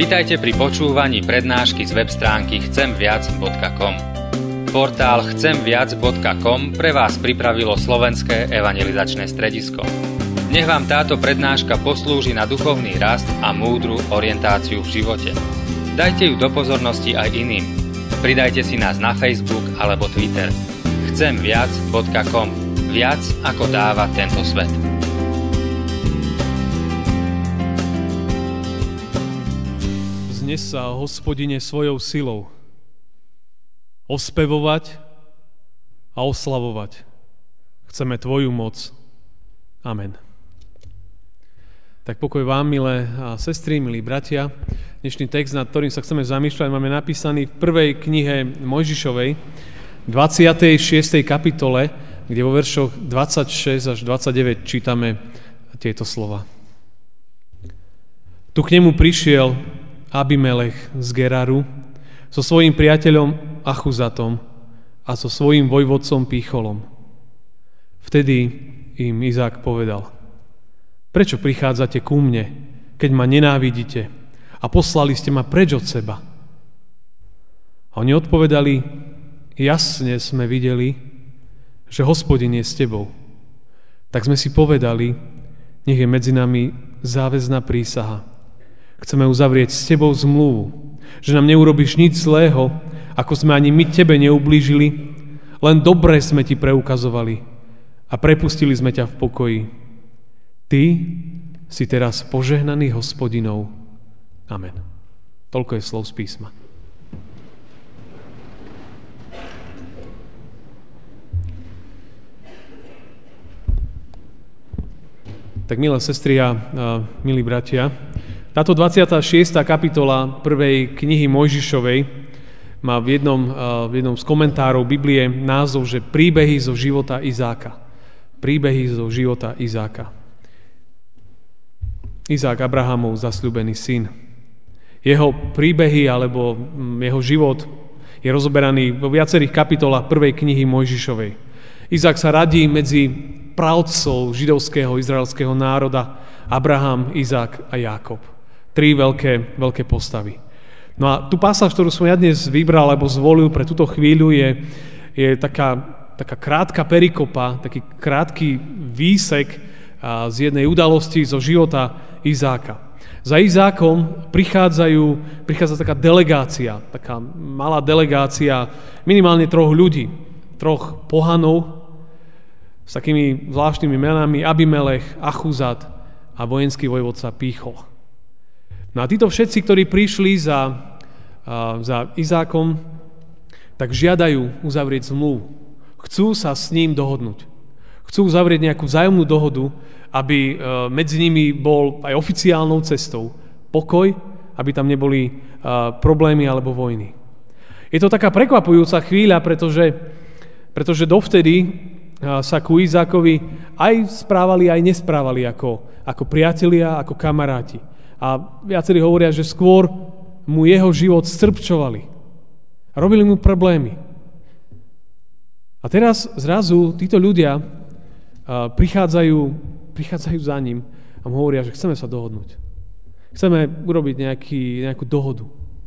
Vitajte pri počúvaní prednášky z web stránky chcemviac.com. Portál chcemviac.com pre vás pripravilo Slovenské evangelizačné stredisko. Nech vám táto prednáška poslúži na duchovný rast a múdru orientáciu v živote. Dajte ju do pozornosti aj iným. Pridajte si nás na Facebook alebo Twitter. chcemviac.com. Viac ako dáva tento svet. Dnes sa, Hospodine, svojou silou ospevovať a oslavovať. Chceme Tvoju moc. Amen. Tak pokoj vám, milé sestry, milí bratia. Dnešný text, nad ktorým sa chceme zamýšľať, máme napísaný v prvej knihe Mojžišovej, 26. kapitole, kde vo veršoch 26 až 29 čítame tieto slova. Tu k nemu prišiel Abimelech z Geraru so svojím priateľom Achuzatom a so svojím vojvodcom Pícholom. Vtedy im Izák povedal: Prečo prichádzate ku mne, keď ma nenávidíte a poslali ste ma preč od seba? A oni odpovedali: Jasne sme videli, že Hospodin je s tebou. Tak sme si povedali, nech je medzi nami záväzná prísaha. Chceme uzavrieť s tebou zmluvu, že nám neurobíš nič zlého, ako sme ani my tebe neublížili, len dobré sme ti preukazovali a prepustili sme ťa v pokoji. Ty si teraz požehnaný Hospodinov. Amen. Toľko je slov z písma. Tak milé sestry a milí bratia, táto 26. kapitola prvej knihy Mojžišovej má v jednom z komentárov Biblie názov, že príbehy zo života Izáka. Príbehy zo života Izáka. Izák, Abrahamov zasľúbený syn. Jeho príbehy alebo jeho život je rozoberaný vo viacerých kapitolách prvej knihy Mojžišovej. Izák sa radí medzi pravdcov židovského izraelského národa Abraham, Izák a Jákob. Tri veľké postavy. No a tú pasáž, ktorú som ja dnes vybral alebo zvolil pre túto chvíľu, je taká krátka perikopa, taký krátky výsek z jednej udalosti zo života Izáka. Za Izákom prichádza taká delegácia, taká malá delegácia minimálne 3 ľudí, 3 pohanov s takými zvláštnymi menami: Abimelech, Achuzat a vojenský vojvodca Píchol. No a títo všetci, ktorí prišli za Izákom, tak žiadajú uzavrieť zmluvu. Chcú sa s ním dohodnúť. Chcú uzavrieť nejakú vzájomnú dohodu, aby medzi nimi bol aj oficiálnou cestou pokoj, aby tam neboli problémy alebo vojny. Je to taká prekvapujúca chvíľa, pretože dovtedy sa ku Izákovi aj správali, aj nesprávali ako priatelia, ako kamaráti. A viacerí hovoria, že skôr mu jeho život strpčovali. Robili mu problémy. A teraz zrazu títo ľudia prichádzajú za ním a mu hovoria, že chceme sa dohodnúť. Chceme urobiť nejakú dohodu.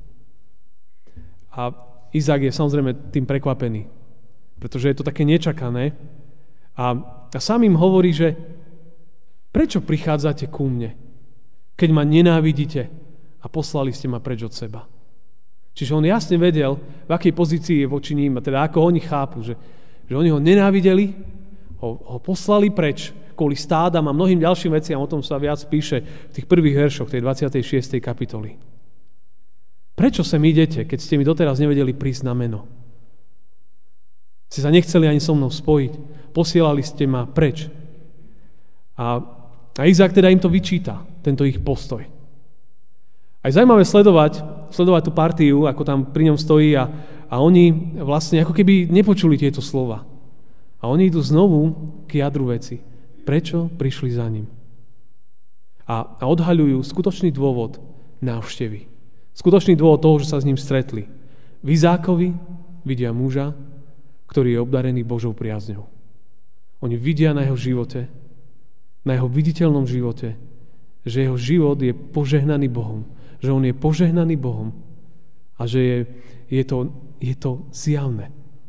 A Izák je samozrejme tým prekvapený, pretože je to také nečakané. A sám im hovorí, že prečo prichádzate ku mne, keď ma nenávidíte a poslali ste ma preč od seba. Čiže on jasne vedel, v akej pozícii je voči ním, a teda ako oni chápu, že oni ho nenávideli, ho poslali preč kvôli stádam a mnohým ďalším veciam, o tom sa viac píše v tých prvých veršoch tej 26. kapitoly. Prečo sem idete, keď ste mi doteraz nevedeli prísť na meno? Ste sa nechceli ani so mnou spojiť, posielali ste ma preč. A Izák teda im to vyčíta, tento ich postoj. Aj zaujímavé sledovať tú partiu, ako tam pri ňom stojí a oni vlastne ako keby nepočuli tieto slova. A oni idú znovu k jadru veci. Prečo prišli za ním? A odhaľujú skutočný dôvod návštevy. Skutočný dôvod toho, že sa s ním stretli. V Izákovi vidia muža, ktorý je obdarený Božou priazňou. Oni vidia na jeho živote, na jeho viditeľnom živote, že jeho život je požehnaný Bohom, že on je požehnaný Bohom a že je to zjavné.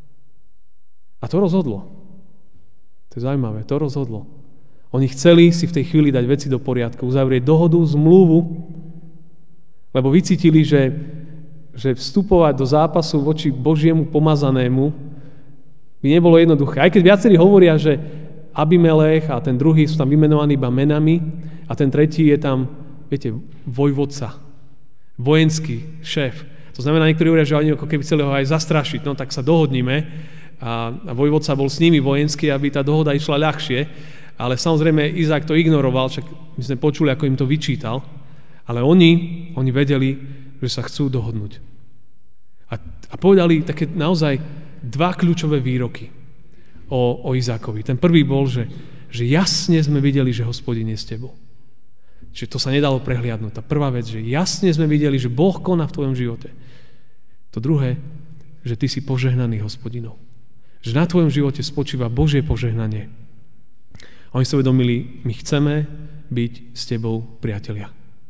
A to rozhodlo. To je zaujímavé, to rozhodlo. Oni chceli si v tej chvíli dať veci do poriadku, uzavrieť dohodu, zmluvu, lebo vycítili, že vstupovať do zápasu voči Božiemu pomazanému by nebolo jednoduché. Aj keď viacerí hovoria, že Abimelech a ten druhý sú tam vymenovaní iba menami a ten tretí je tam, viete, vojvodca, vojenský šéf. To znamená, niektorí hovoria, že oni ako keby chceli ho aj zastrašiť, no tak sa dohodnime a vojvodca bol s nimi vojenský, aby tá dohoda išla ľahšie, ale samozrejme Izák to ignoroval, však my sme počuli, ako im to vyčítal, ale oni vedeli, že sa chcú dohodnúť. A povedali také naozaj dva kľúčové výroky o Izákovi. Ten prvý bol, že jasne sme videli, že Hospodin je s tebou. Čiže to sa nedalo prehliadnúť. Tá prvá vec, že jasne sme videli, že Boh koná v tvojom živote. To druhé, že ty si požehnaný Hospodinom. Že na tvojom živote spočíva Božie požehnanie. A oni sa uvedomili, my chceme byť s tebou priatelia.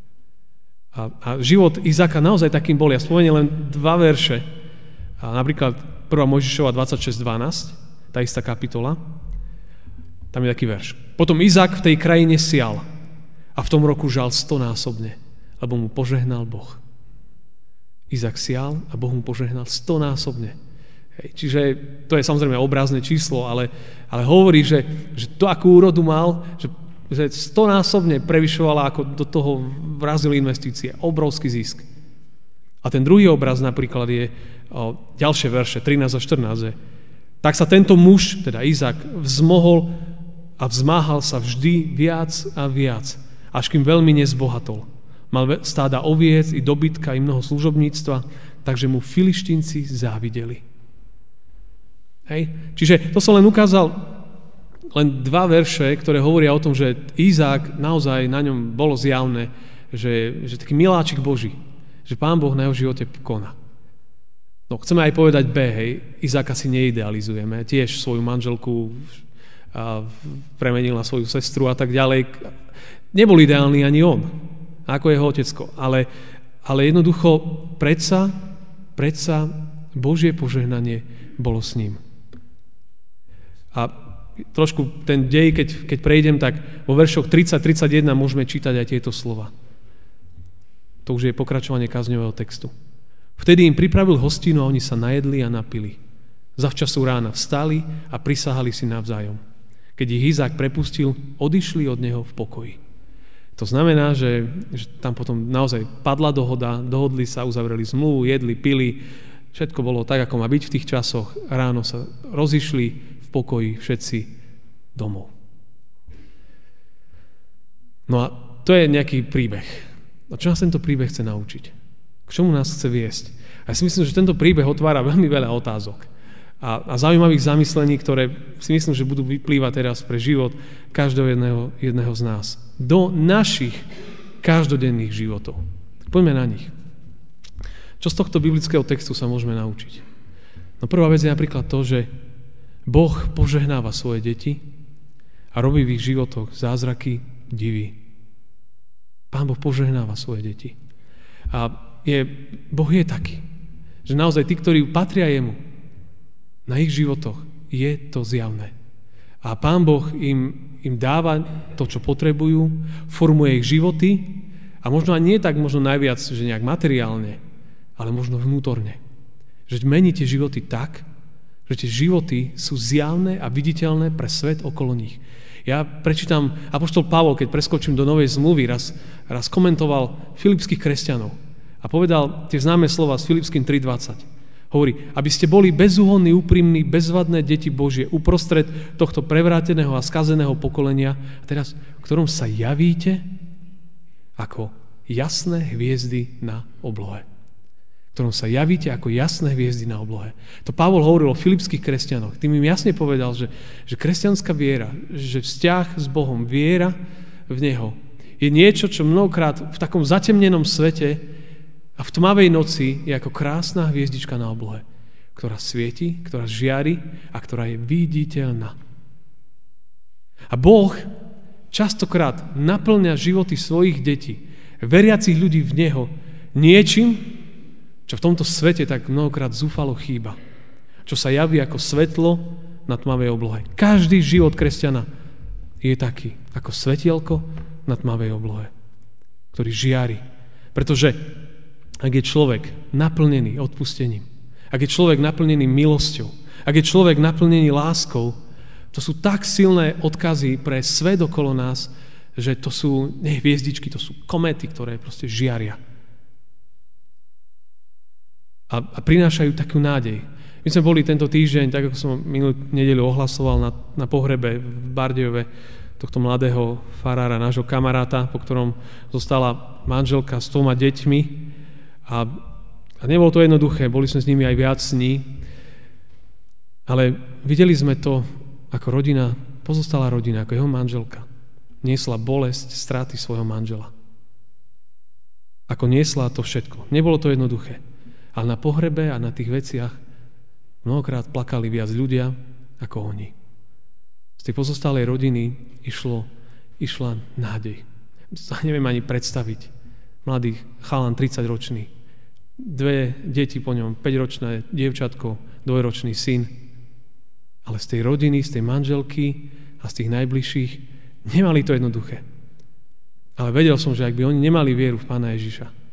A život Izáka naozaj takým bol. Ja spomeniem len 2 verše. A napríklad 1. Mojžišova 26.12, tá istá kapitola. Tam je taký verš. Potom Izák v tej krajine sial a v tom roku žal 100-násobne, lebo mu požehnal Boh. Izák sial a Boh mu požehnal 100-násobne. Čiže to je samozrejme obrazné číslo, ale hovorí, že to, akú úrodu mal, že 100-násobne prevyšovala, ako do toho vrazili investície. Obrovský zisk. A ten druhý obraz napríklad je ďalšie verše, 13 a 14. Tak sa tento muž, teda Izák, vzmohol a vzmáhal sa vždy viac a viac, až kým veľmi nezbohatol. Mal stáda oviec i dobytka i mnoho služobníctva, takže mu Filištínci závideli. Hej? Čiže to som len ukázal len 2 verše, ktoré hovoria o tom, že Izák naozaj na ňom bolo zjavné, že taký miláčik Boží, že Pán Boh na jeho živote koná. No, chceme aj povedať B, hej, Izáka si neidealizujeme, tiež svoju manželku premenil na svoju sestru a tak ďalej. Nebol ideálny ani on, ako jeho otecko, ale jednoducho predsa Božie požehnanie bolo s ním. A trošku ten dej, keď prejdem, tak vo veršoch 30-31 môžeme čítať aj tieto slova. To už je pokračovanie kázňového textu. Vtedy im pripravil hostínu a oni sa najedli a napili. Zavčasu rána vstali a prisahali si navzájom. Keď ich Izák prepustil, odišli od neho v pokoji. To znamená, že tam potom naozaj padla dohoda, dohodli sa, uzavreli zmluvu, jedli, pili. Všetko bolo tak, ako má byť v tých časoch. Ráno sa rozišli v pokoji všetci domov. No a to je nejaký príbeh. A čo nás tento príbeh chce naučiť? K čomu nás chce viesť? A ja si myslím, že tento príbeh otvára veľmi veľa otázok a zaujímavých zamyslení, ktoré si myslím, že budú vyplývať teraz pre život každého jedného z nás. Do našich každodenných životov. Poďme na nich. Čo z tohto biblického textu sa môžeme naučiť? No prvá vec je napríklad to, že Boh požehnáva svoje deti a robí v ich životoch zázraky, divy. Pán Boh požehnáva svoje deti. A Boh je taký, že naozaj tí, ktorí patria jemu, na ich životoch je to zjavné. A Pán Boh im dáva to, čo potrebujú, formuje ich životy a možno aj nie tak, možno najviac, že nejak materiálne, ale možno vnútorne. Že mení tie životy tak, že tie životy sú zjavné a viditeľné pre svet okolo nich. Ja prečítam, apoštol Pavol, keď preskočím do Novej zmluvy, raz komentoval filipských kresťanov a povedal tie známe slova z Filipským 3.20. Hovorí, aby ste boli bezúhonní, úprimní, bezvadné deti Božie uprostred tohto prevráteného a skazeného pokolenia, a teraz, v ktorom sa javíte ako jasné hviezdy na oblohe. V ktorom sa javíte ako jasné hviezdy na oblohe. To Pavol hovoril o filipských kresťanoch. Tým im jasne povedal, že kresťanská viera, že vzťah s Bohom, viera v Neho, je niečo, čo mnohokrát v takom zatemnenom svete a v tmavej noci je ako krásna hviezdička na oblohe, ktorá svieti, ktorá žiari a ktorá je viditeľná. A Boh častokrát naplňa životy svojich detí, veriacich ľudí v Neho, Niečím, čo v tomto svete tak mnohokrát zúfalo chýba. Čo sa javí ako svetlo na tmavej oblohe. Každý život kresťana je taký, ako svetielko na tmavej oblohe, ktorý žiari. Pretože ak je človek naplnený odpustením, ak je človek naplnený milosťou, ak je človek naplnený láskou, to sú tak silné odkazy pre svet okolo nás, že to sú nie hviezdičky, to sú kométy, ktoré proste žiaria. A prinášajú takú nádej. My sme boli tento týždeň, tak ako som minulú nedeľu ohlasoval na pohrebe v Bardejove tohto mladého farára, nášho kamaráta, po ktorom zostala manželka s 2 deťmi. A nebolo to jednoduché, boli sme s nimi aj viac dní, ale videli sme to, ako rodina, pozostala rodina, ako jeho manželka niesla bolesť straty svojho manžela. Ako niesla to všetko. Nebolo to jednoduché. Ale na pohrebe a na tých veciach mnohokrát plakali viac ľudia ako oni. Z tej pozostalej rodiny išla nádej. Sa neviem ani predstaviť. Mladý chalan, 30-ročný. 2 deti po ňom, 5-ročné dievčatko, 2-ročný syn. Ale z tej rodiny, z tej manželky a z tých najbližších nemali to jednoduché. Ale vedel som, že ak by oni nemali vieru v Pána Ježiša,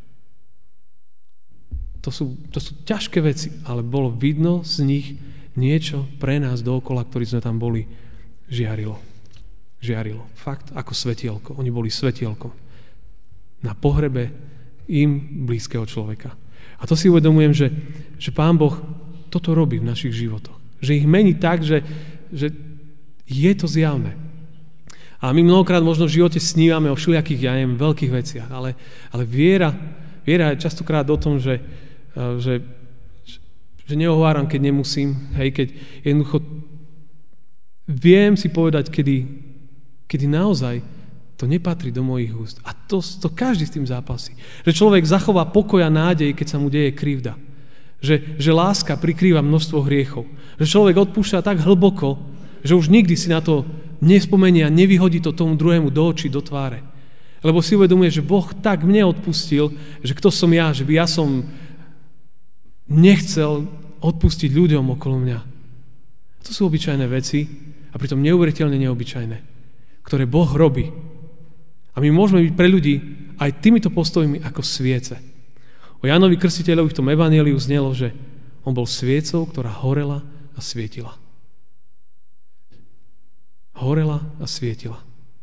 to sú ťažké veci, ale bolo vidno z nich niečo pre nás dookola, ktorí sme tam boli, žiarilo. Žiarilo. Fakt, ako svetielko. Oni boli svetielkom na pohrebe im blízkeho človeka. A to si uvedomujem, že Pán Boh toto robí v našich životoch. Že ich mení tak, že je to zjavné. A my mnohokrát možno v živote snívame o všelijakých, veľkých veciach, ale viera je častokrát o tom, že neohováram, keď nemusím, keď jednoducho viem si povedať, kedy naozaj to nepatrí do mojich úst. A to každý s tým zápasí. Že človek zachová pokoj a nádej, keď sa mu deje krivda. Že láska prikrýva množstvo hriechov. Že človek odpúšťa tak hlboko, že už nikdy si na to nespomenie a nevyhodí to tomu druhému do očí, do tváre. Lebo si uvedomuje, že Boh tak mne odpustil, že kto som ja, že by ja som nechcel odpustiť ľuďom okolo mňa. A to sú obyčajné veci a pritom neuveriteľne neobyčajné, ktoré Boh robí. A my môžeme byť pre ľudí aj týmito postojmi ako sviece. O Jánovi Krstiteľovi v tom evanjeliu znelo, že on bol sviecou, ktorá horela a svietila. Horela a svietila.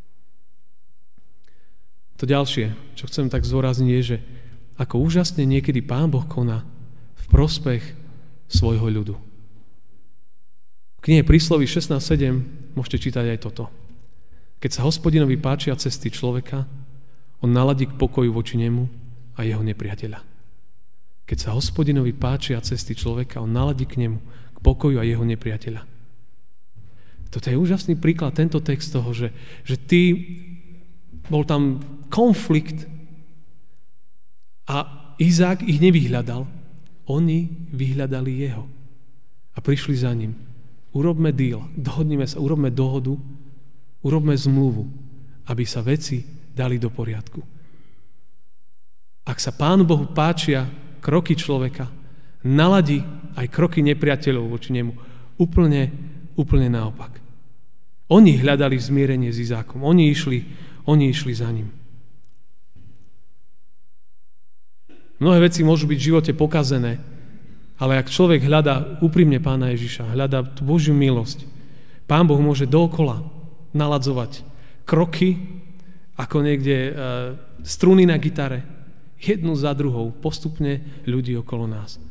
To ďalšie, čo chcem tak zdôrazniť, je, že ako úžasne niekedy Pán Boh koná v prospech svojho ľudu. V knihe Prísloví 16.7 môžete čítať aj toto. Keď sa Hospodinovi páčia cesty človeka, on naladí k pokoju voči nemu a jeho nepriateľa. Keď sa Hospodinovi páčia cesty človeka, on naladí k nemu k pokoju a jeho nepriateľa. Toto je úžasný príklad, tento text toho, že bol tam konflikt a Izák ich nevyhľadal, oni vyhľadali jeho a prišli za ním. Urobme deal, dohodnime sa, urobme dohodu, urobme zmluvu, aby sa veci dali do poriadku. Ak sa Pánu Bohu páčia kroky človeka, naladí aj kroky nepriateľov voči nemu. Úplne naopak. Oni hľadali zmierenie s Izákom. Oni išli za ním. Mnohé veci môžu byť v živote pokazené, ale ak človek hľadá úprimne Pána Ježiša, hľadá tú Božiu milosť, Pán Boh môže dookola naladzovať kroky, ako niekde struny na gitare, jednu za druhou, postupne ľudí okolo nás.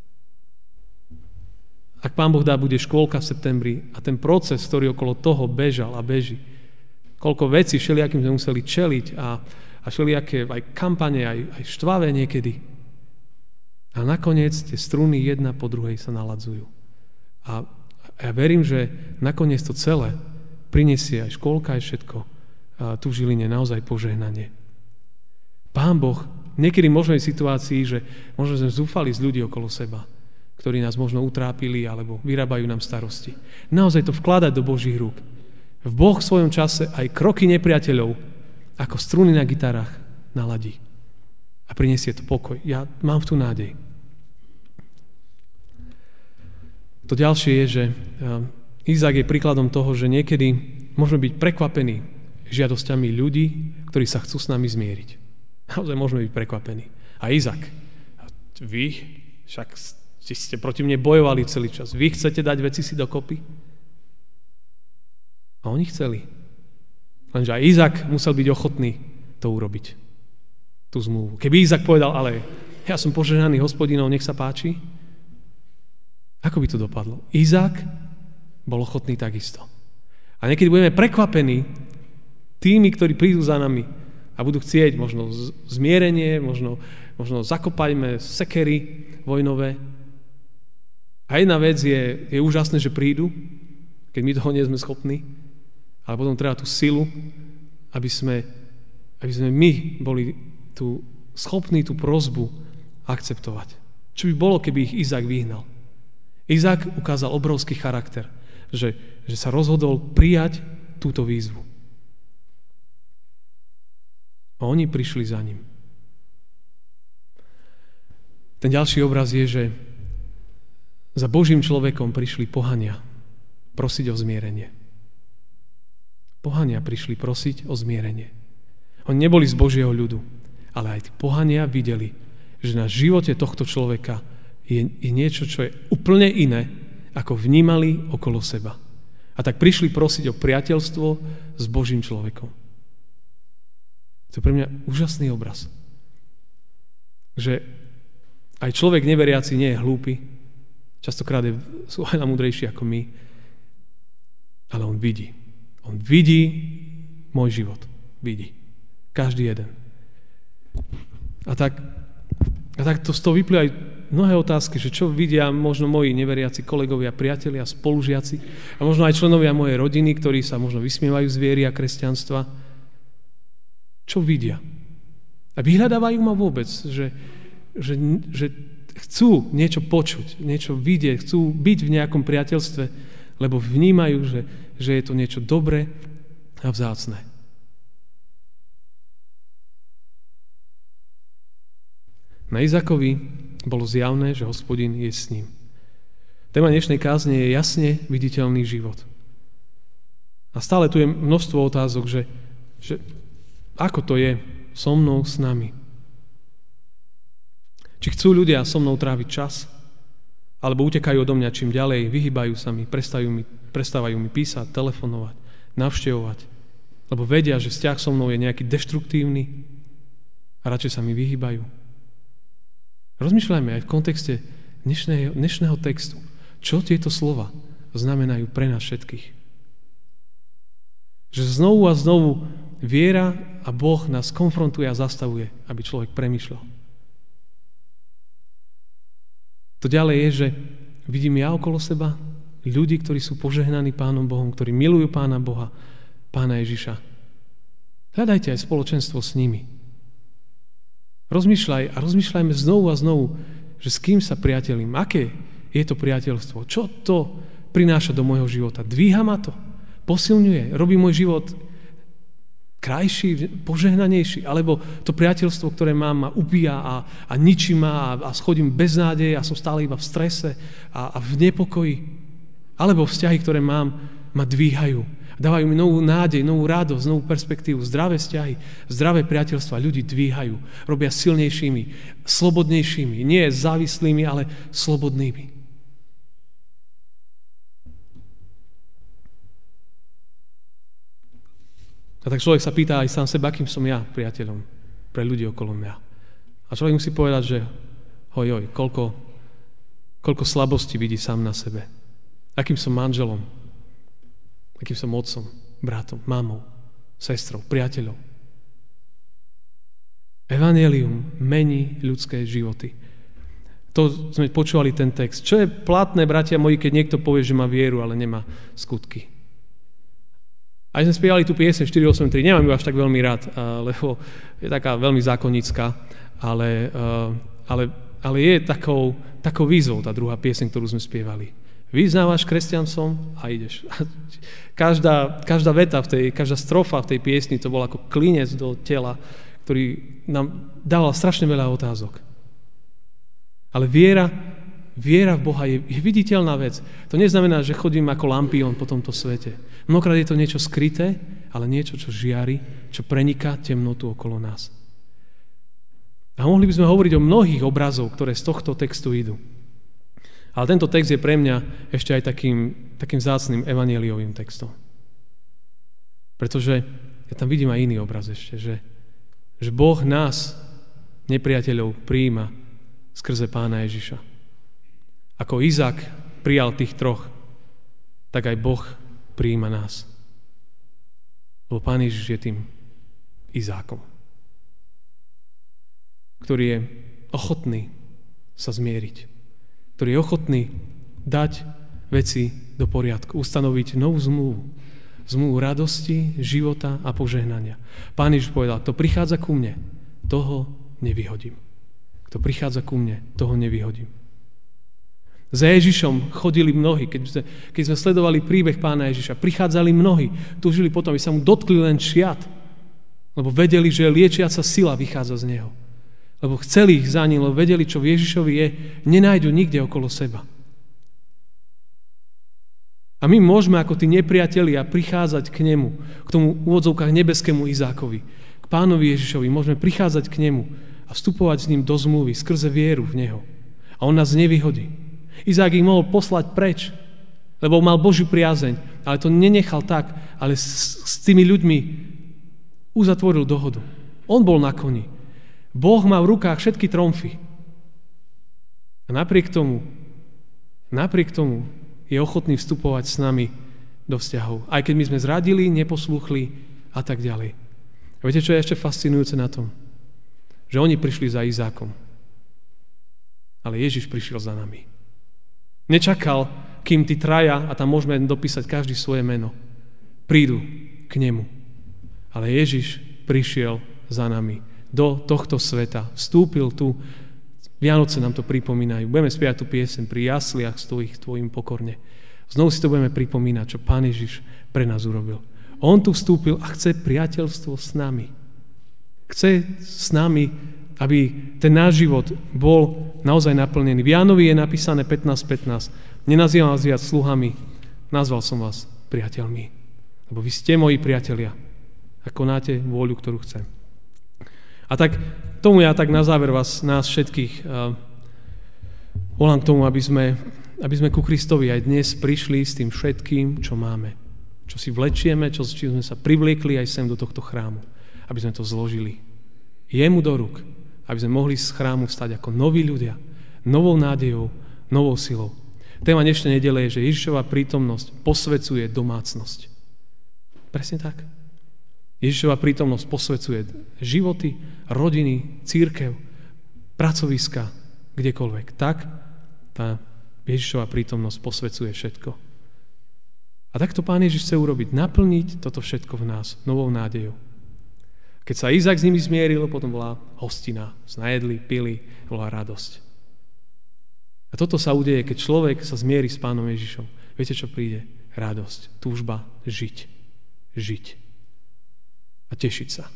Ak Pán Boh dá, bude škôlka v septembri a ten proces, ktorý okolo toho bežal a beží, koľko vecí všelijakým sme museli čeliť a všelijaké aj kampane, aj štvavé niekedy. A nakoniec tie struny jedna po druhej sa naladzujú. A ja verím, že nakoniec to celé prinesie aj škôlka, aj všetko tu v Žiline naozaj požehnanie. Pán Boh, niekedy môžeme v situácii, že možno sme zúfali z ľudí okolo seba, ktorí nás možno utrápili alebo vyrábajú nám starosti. Naozaj to vkladať do Božích rúk. V Boh v svojom čase aj kroky nepriateľov ako struny na gitarách naladí. A prinesie to pokoj. Ja mám v tú nádej. To ďalšie je, že Izák je príkladom toho, že niekedy môžeme byť prekvapení žiadosťami ľudí, ktorí sa chcú s nami zmieriť. Naozaj môžeme byť prekvapení. A Izák, vy však ste proti mne bojovali celý čas. Vy chcete dať veci si dokopy? A oni chceli. Lenže aj Izák musel byť ochotný to urobiť. Tú zmluvu. Keby Izák povedal, ale ja som požehnaný Hospodinom, nech sa páči, ako by to dopadlo? Izák bol ochotný takisto. A niekedy budeme prekvapení tými, ktorí prídu za nami a budú chcieť možno zmierenie, možno zakopajme sekery vojnové. A jedna vec je úžasné, že prídu, keď my toho nie sme schopní, ale potom treba tú silu, aby sme my boli schopní tú prosbu akceptovať. Čo by bolo, keby ich Izák vyhnal? Izák ukázal obrovský charakter, že sa rozhodol prijať túto výzvu. A oni prišli za ním. Ten ďalší obraz je, že za Božím človekom prišli pohania prosiť o zmierenie. Pohania prišli prosiť o zmierenie. Oni neboli z Božieho ľudu, ale aj tí pohania videli, že na živote tohto človeka je niečo, čo je úplne iné, ako vnímali okolo seba. A tak prišli prosiť o priateľstvo s Božím človekom. To je pre mňa úžasný obraz. Že aj človek neveriaci nie je hlúpy, častokrát sú aj múdrejší ako my, ale on vidí. On vidí môj život. Vidí. Každý jeden. A tak to z toho vyplývajú mnohé otázky, že čo vidia možno moji neveriaci kolegovia, priatelia, spolužiaci a možno aj členovia mojej rodiny, ktorí sa možno vysmievajú z viery a kresťanstva. Čo vidia? A vyhľadávajú ma vôbec, že chcú niečo počuť, niečo vidieť, chcú byť v nejakom priateľstve, lebo vnímajú, že je to niečo dobré a vzácne. Na Izákovi bolo zjavné, že Hospodin je s ním. Téma dnešnej kázne je jasne viditeľný život. A stále tu je množstvo otázok, že ako to je so mnou, s nami. Či chcú ľudia so mnou tráviť čas, alebo utekajú odo mňa čím ďalej, vyhýbajú sa mi, prestávajú mi písať, telefonovať, navštevovať, lebo vedia, že vzťah so mnou je nejaký deštruktívny a radšej sa mi vyhýbajú. Rozmýšľajme aj v kontexte dnešného textu, čo tieto slova znamenajú pre nás všetkých. Že znovu a znovu viera a Boh nás konfrontuje a zastavuje, aby človek premýšľal. To ďalej je, že vidím ja okolo seba ľudí, ktorí sú požehnaní Pánom Bohom, ktorí milujú Pána Boha, Pána Ježiša. Hľadajte aj spoločenstvo s nimi. Rozmýšľajme znovu a znovu, že s kým sa priateľím, aké je to priateľstvo, čo to prináša do môjho života. Dvíha ma to, posilňuje, robí môj život krajší, požehnanejší, alebo to priateľstvo, ktoré mám, ma ubíja a ničí ma a schodím bez nádeje a som stále iba v strese a v nepokoji. Alebo vzťahy, ktoré mám, ma dvíhajú. Dávajú mi novú nádej, novú radosť, novú perspektívu. Zdravé vzťahy, zdravé priateľstva ľudí dvíhajú. Robia silnejšími, slobodnejšími. Nie závislými, ale slobodnými. A tak človek sa pýta aj sám seba, akým som ja priateľom pre ľudí okolo mňa. A človek musí povedať, že koľko slabosti vidí sám na sebe. Akým som manželom, akým som otcom, bratom, mamou, sestrou, priateľom. Evanjelium mení ľudské životy. To sme počúvali ten text. Čo je platné, bratia moji, keď niekto povie, že má vieru, ale nemá skutky? Aj sme spievali tú pieseň 483, nemám ju až tak veľmi rád, lebo je taká veľmi zákonnická, ale je takou výzvou tá druhá pieseň, ktorú sme spievali. Vyznávaš kresťancom a ideš. Každá veta, každá strofa v tej piesni to bol ako klinec do tela, ktorý nám dával strašne veľa otázok. Ale viera v Boha je viditeľná vec. To neznamená, že chodím ako lampión po tomto svete. Mnohokrát je to niečo skryté, ale niečo, čo žiari, čo preniká temnotu okolo nás. A mohli by sme hovoriť o mnohých obrazoch, ktoré z tohto textu idú. Ale tento text je pre mňa ešte aj takým vzácnym evanjeliovým textom. Pretože ja tam vidím aj iný obraz ešte, že Boh nás, nepriateľov, prijíma skrze Pána Ježiša. Ako Izák prijal tých troch, tak aj Boh prijíma nás. Lebo Pán Ježiš je tým Izákom, ktorý je ochotný sa zmieriť, ktorý je ochotný dať veci do poriadku, ustanoviť novú zmluvu radosti, života a požehnania. Pán Ježiš povedal, kto prichádza ku mne, toho nevyhodím. Kto prichádza ku mne, toho nevyhodím. Za Ježišom chodili mnohí, keď sme sledovali príbeh Pána Ježiša, prichádzali mnohí, túžili potom, aby sa mu dotkli len šiat, lebo vedeli, že liečiaca sila vychádza z neho. Lebo chceli ich za ním, lebo vedeli, čo v Ježišovi je, nenájdu nikde okolo seba. A my môžeme ako tí nepriatelia prichádzať k nemu, k tomu v úvodzovkách nebeskému Izákovi, k Pánovi Ježišovi, môžeme prichádzať k nemu a vstupovať s ním do zmluvy skrze vieru v neho. A on nás nevyhodí. Izák ich mohol poslať preč, lebo mal Božiu priazeň, ale to nenechal tak, ale s tými ľuďmi uzatvoril dohodu. On bol na koni. Boh má v rukách všetky tromfy. A napriek tomu je ochotný vstupovať s nami do vzťahov. Aj keď my sme zradili, neposlúchli a tak ďalej. A viete, čo je ešte fascinujúce na tom? Že oni prišli za Izákom. Ale Ježiš prišiel za nami. Nečakal, kým tí traja, a tam môžeme dopísať každý svoje meno, prídu k nemu. Ale Ježiš prišiel za nami do tohto sveta. Vstúpil tu. Vianoce nám to pripomínajú. Budeme spievať tú pieseň pri jasliach stojí tvojim pokorne. Znovu si to budeme pripomínať, čo Pán Ježiš pre nás urobil. On tu vstúpil a chce priateľstvo s nami. Chce s nami, aby ten náš život bol naozaj naplnený. V Jánovi je napísané 15:15. Nenazývam vás viac sluhami, nazval som vás priateľmi. Lebo vy ste moji priatelia a konáte vôľu, ktorú chcem. A tak tomu ja tak na záver nás všetkých volám k tomu, aby sme ku Kristovi aj dnes prišli s tým všetkým, čo máme. Čo si vlečieme, čím sme sa privliekli aj sem do tohto chrámu. Aby sme to zložili jemu do rúk, aby sme mohli z chrámu vstať ako noví ľudia, novou nádejou, novou silou. Téma dnešnej nedele je, že Ježišova prítomnosť posvecuje domácnosť. Presne tak. Ježišova prítomnosť posvecuje životy, rodiny, cirkev, pracoviska, kdekoľvek. Tak tá Ježišova prítomnosť posvecuje všetko. A tak to Pán Ježiš chce urobiť, naplniť toto všetko v nás novou nádejou. Keď sa Izák s nimi zmieril, potom bola hostina. Snajedli, pili, bola radosť. A toto sa udeje, keď človek sa zmierí s Pánom Ježišom. Viete, čo príde? Radosť, túžba žiť. Žiť. A tešiť sa.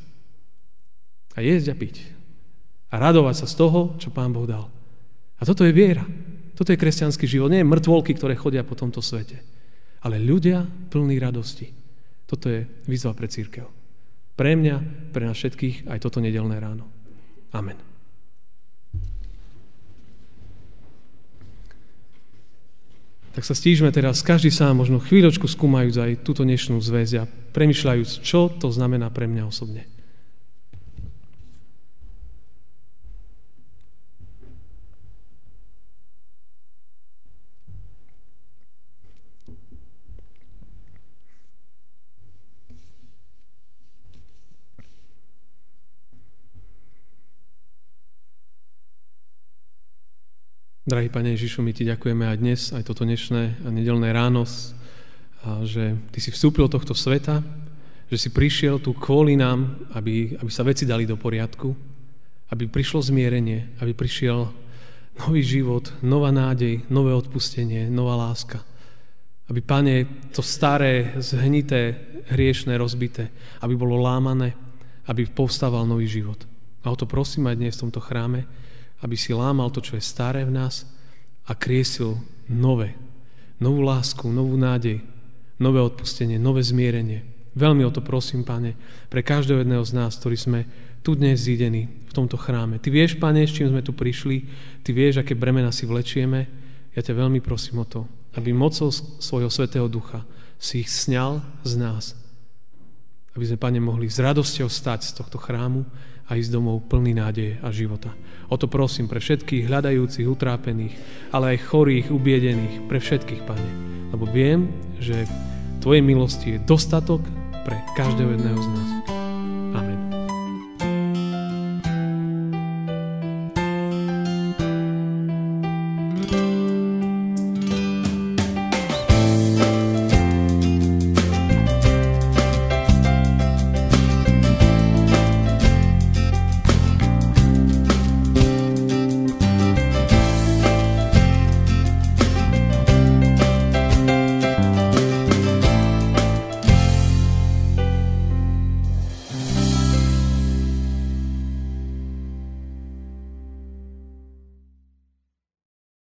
A jesť a piť. A radovať sa z toho, čo Pán Boh dal. A toto je viera. Toto je kresťanský život. Nie je mŕtvolky, ktoré chodia po tomto svete. Ale ľudia plní radosti. Toto je výzva pre cirkev. Pre mňa, pre nás všetkých aj toto nedeľné ráno. Amen. Tak sa stížme teraz, každý sám možno chvíľočku skúmajúc aj túto dnešnú zväzť a premýšľajúc, čo to znamená pre mňa osobne. Drahý Pane Ježišu, my Ti ďakujeme aj dnes, aj toto dnešné a nedeľné ráno, že Ty si vstúpil do tohto sveta, že si prišiel tu kvôli nám, aby sa veci dali do poriadku, aby prišlo zmierenie, aby prišiel nový život, nová nádej, nové odpustenie, nová láska. Aby, Pane, to staré, zhnité, hriešné, rozbité, aby bolo lámané, aby povstával nový život. A o to prosím aj dnes v tomto chráme, aby si lámal to, čo je staré v nás a kriesil novú lásku, novú nádej, nové odpustenie, nové zmierenie. Veľmi o to prosím, Pane, pre každého jedného z nás, ktorí sme tu dnes zídení v tomto chráme. Ty vieš, Pane, s čím sme tu prišli, Ty vieš, aké bremena si vlečieme. Ja ťa veľmi prosím o to, aby mocou svojho Svätého Ducha si ich sňal z nás. Aby sme, Pane, mohli s radosťou stať z tohto chrámu a ísť domov plný nádeje a života. O to prosím pre všetkých hľadajúcich, utrápených, ale aj chorých, ubiedených, pre všetkých, Pane. Lebo viem, že Tvojej milosti je dostatok pre každého jedného z nás.